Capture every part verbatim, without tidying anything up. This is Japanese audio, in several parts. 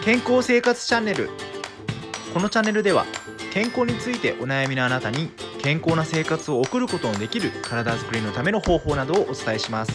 健康生活チャンネル。このチャンネルでは健康についてお悩みのあなたに健康な生活を送ることのできる体づくりのための方法などをお伝えします。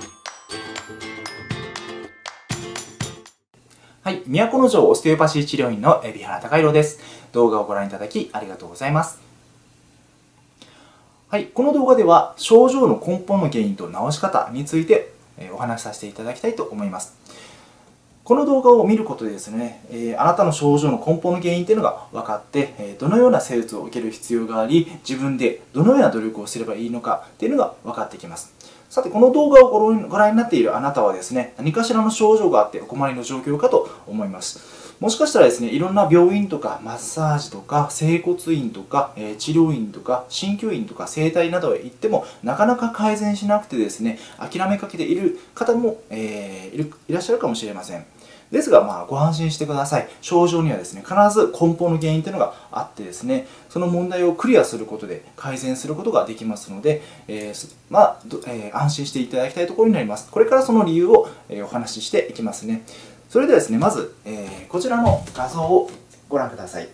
はい、都城オステオパシー治療院の海老原貴弘です。動画をご覧いただきありがとうございます。はい、この動画では症状の根本の原因と治し方についてお話しさせていただきたいと思います。この動画を見ることでですね、えー、あなたの症状の根本の原因というのが分かって、えー、どのような施術を受ける必要があり、自分でどのような努力をすればいいのかというのが分かってきます。さて、この動画をご覧になっているあなたはですね、何かしらの症状があってお困りの状況かと思います。もしかしたらですね、いろんな病院とかマッサージとか整骨院とか、えー、治療院とか鍼灸院とか整体などへ行ってもなかなか改善しなくてですね、諦めかけている方も、えー、いるいらっしゃるかもしれません。ですが、まあ、ご安心してください。症状にはですね、必ず根本の原因というのがあってですね、その問題をクリアすることで改善することができますので、えーまあえー、安心していただきたいところになります。これからその理由を、えー、お話ししていきますね。それではですね、まず、えー、こちらの画像をご覧ください。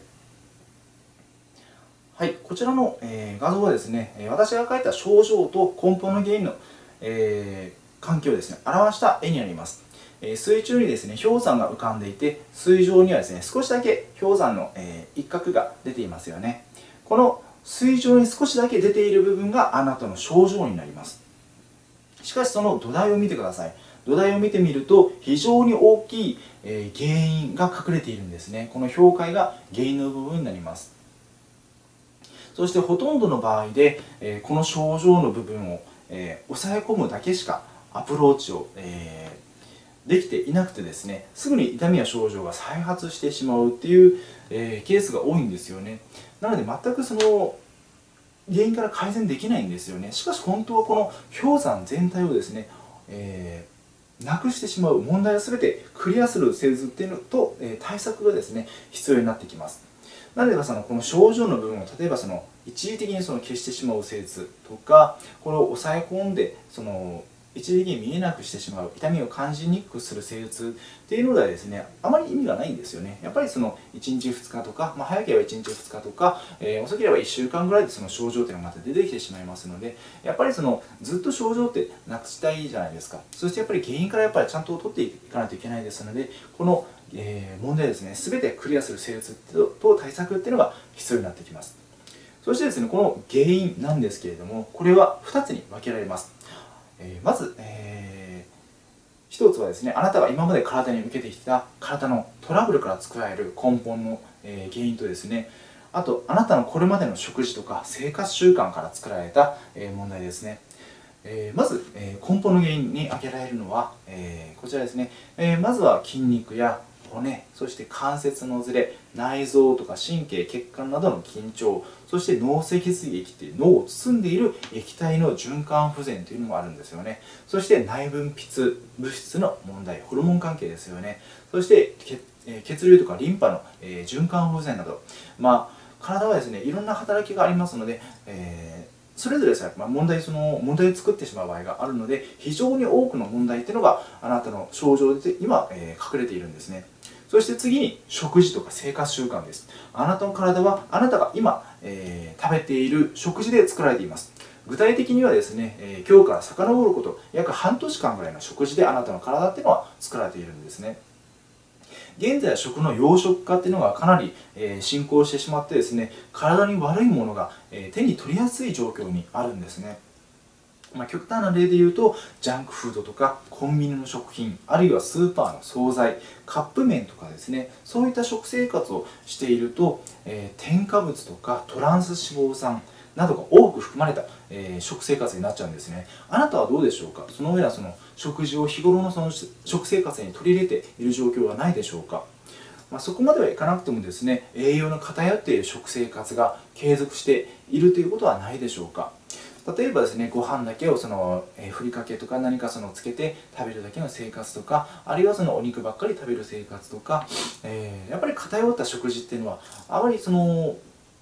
はい、こちらの、えー、画像はですね、私が描いた症状と根本の原因の、えー、関係をですね、表した絵になります。水中にですね、氷山が浮かんでいて、水上にはですね、少しだけ氷山の、えー、一角が出ていますよね。この水上に少しだけ出ている部分があなたの症状になります。しかしその土台を見てください。土台を見てみると非常に大きい、えー、原因が隠れているんですね。この氷塊が原因の部分になります。そしてほとんどの場合で、えー、この症状の部分を、えー、抑え込むだけしかアプローチを、えーできていなくてですね、すぐに痛みや症状が再発してしまうっていう、えー、ケースが多いんですよね。なので全くその原因から改善できないんですよね。しかし本当はこの氷山全体をですね、えー、なくしてしまう問題を全てクリアする施術っていうのと、えー、対策がですね必要になってきます。なのでそのこの症状の部分を例えばその一時的にその消してしまう施術とか、これを抑え込んでその一時的に見えなくしてしまう、痛みを感じにくくする施術っていうのではですね、あまり意味がないんですよね。やっぱりそのいちにちふつかとか、まあ、早ければいちにちふつかとか、えー、遅ければいっしゅうかんぐらいでその症状っていうのがまた出てきてしまいますので、やっぱりそのずっと症状ってなくしたいじゃないですか。そしてやっぱり原因からやっぱりちゃんと取っていかないといけないですので、この、えー、問題ですね、全てクリアする施術と対策っていうのが必要になってきます。そしてですね、この原因なんですけれども、これはふたつに分けられます。えー、まず、えー、ひとつはですね、あなたが今まで体に受けてきた体のトラブルから作られる根本の、えー、原因とですね、あとあなたのこれまでの食事とか生活習慣から作られた、えー、問題ですね。えー、まず、えー、根本の原因に挙げられるのは、えー、こちらですね、えー、まずは筋肉や骨、そして関節のずれ、内臓とか神経、血管などの緊張、そして脳脊髄液っていう脳を包んでいる液体の循環不全というのもあるんですよね。そして内分泌物質の問題、ホルモン関係ですよね。そして血、えー、血流とかリンパの、えー、循環不全など、まあ、体はですね、いろんな働きがありますので、えーそれぞれですね、まあ、問題その問題を作ってしまう場合があるので、非常に多くの問題っていうのがあなたの症状で今、えー、隠れているんですね。そして次に食事とか生活習慣です。あなたの体はあなたが今、えー、食べている食事で作られています。具体的にはですね、えー、今日から遡ること約半年間ぐらいの食事であなたの体っていうのは作られているんですね。現在は食の養殖化っていうのがかなり、えー、進行してしまってですね、体に悪いものが、えー、手に取りやすい状況にあるんですね。まあ、極端な例で言うとジャンクフードとかコンビニの食品、あるいはスーパーの惣菜、カップ麺とかですね、そういった食生活をしていると、えー、添加物とかトランス脂肪酸などが多く含まれた、えー、食生活になっちゃうんですね。あなたはどうでしょうか。そのようなその食事を日頃のその食生活に取り入れている状況はないでしょうか。まあ、そこまではいかなくてもですね、栄養の偏っている食生活が継続しているということはないでしょうか。例えばですね、ご飯だけをその、えー、ふりかけとか何かそのつけて食べるだけの生活とか、あるいはそのお肉ばっかり食べる生活とか、えー、やっぱり偏った食事っていうのはあまりその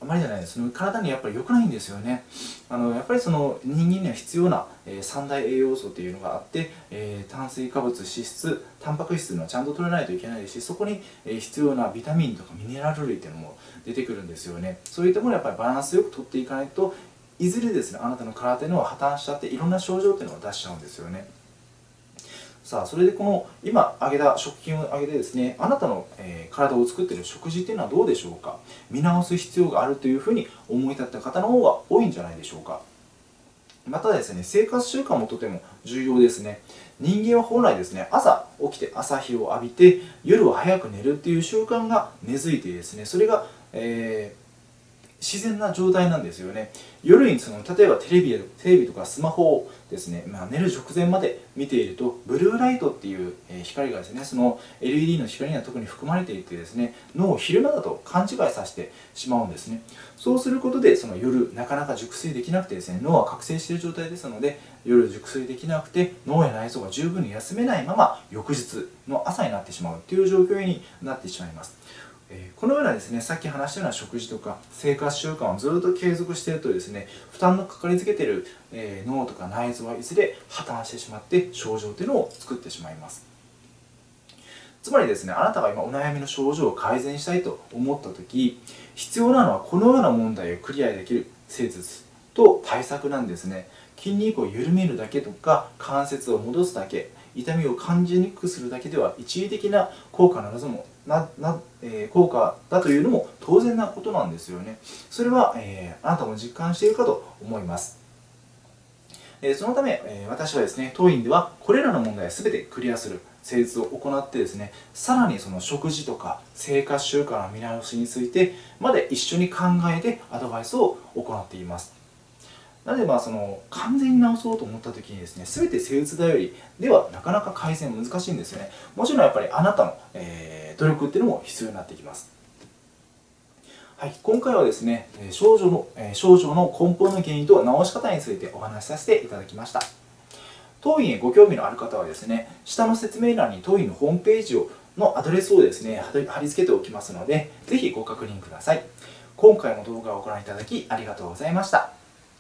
あまりじゃないです。その体にやっぱり良くないんですよね。あのやっぱりその人間には必要な、えー、三大栄養素というのがあって、えー、炭水化物、脂質、タンパク質というのはちゃんと取らないといけないですし、そこに、えー、必要なビタミンとかミネラル類というのも出てくるんですよね。そういったものをやっぱりバランスよく取っていかないと、いずれですね、あなたの体というのは破綻しちゃっていろんな症状というのを出しちゃうんですよね。さあ、それでこの今挙げた食品を挙げてですね、あなたの、えー、体を作っている食事っていうのはどうでしょうか。見直す必要があるというふうに思い立った方の方が多いんじゃないでしょうか。またですね、生活習慣もとても重要ですね。人間は本来ですね、朝起きて朝日を浴びて夜は早く寝るっていう習慣が根付いてですね、それが、えー自然な状態なんですよね。夜にその例えばテレビテレビとかスマホをですね、まあ、寝る直前まで見ているとブルーライトっていう光がですね、その エルイーディー の光には特に含まれていてですね、脳を昼間だと勘違いさせてしまうんですね。そうすることでその夜なかなか熟睡できなくてですね、脳は覚醒している状態ですので、夜熟睡できなくて脳や内臓が十分に休めないまま翌日の朝になってしまうという状況になってしまいます。このようなですね、さっき話したような食事とか生活習慣をずっと継続しているとですね、負担のかかりつけている、えー、脳とか内臓はいずれ破綻してしまって症状というのを作ってしまいます。つまりですね、あなたが今お悩みの症状を改善したいと思った時、必要なのはこのような問題をクリアできる施術と対策なんですね。筋肉を緩めるだけとか関節を戻すだけ、痛みを感じにくくするだけでは一時的な効果などもなな、えー、効果だというのも当然なことなんですよね。それは、えー、あなたも実感しているかと思います。えー、そのため、えー、私はですね、当院ではこれらの問題を全てクリアする施術を行ってですね、さらにその食事とか生活習慣の見直しについてまで一緒に考えてアドバイスを行っています。なので、まあその完全に治そうと思った時にですね、全て施術頼りではなかなか改善難しいんですよね。もちろんやっぱりあなたの、えー、努力っていうのも必要になってきます。はい、今回はですね、症状の、えー、症状の根本の原因と治し方についてお話しさせていただきました。当院へご興味のある方はですね、下の説明欄に当院のホームページをのアドレスをですね、貼り付けておきますので、ぜひご確認ください。今回も動画をご覧いただきありがとうございました。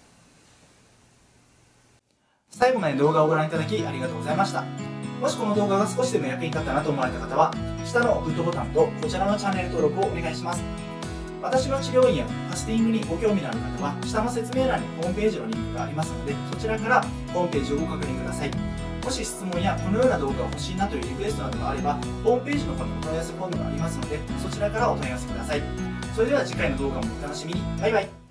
最後まで動画をご覧いただきありがとうございました。もしこの動画が少しでも役に立ったなと思われた方は、下のグッドボタンとこちらのチャンネル登録をお願いします。私の治療院やファスティングにご興味のある方は、下の説明欄にホームページのリンクがありますので、そちらからホームページをご確認ください。もし質問やこのような動画が欲しいなというリクエストなどがあれば、ホームページの方にお問い合わせフォームがありますので、そちらからお問い合わせください。それでは次回の動画もお楽しみに。バイバイ。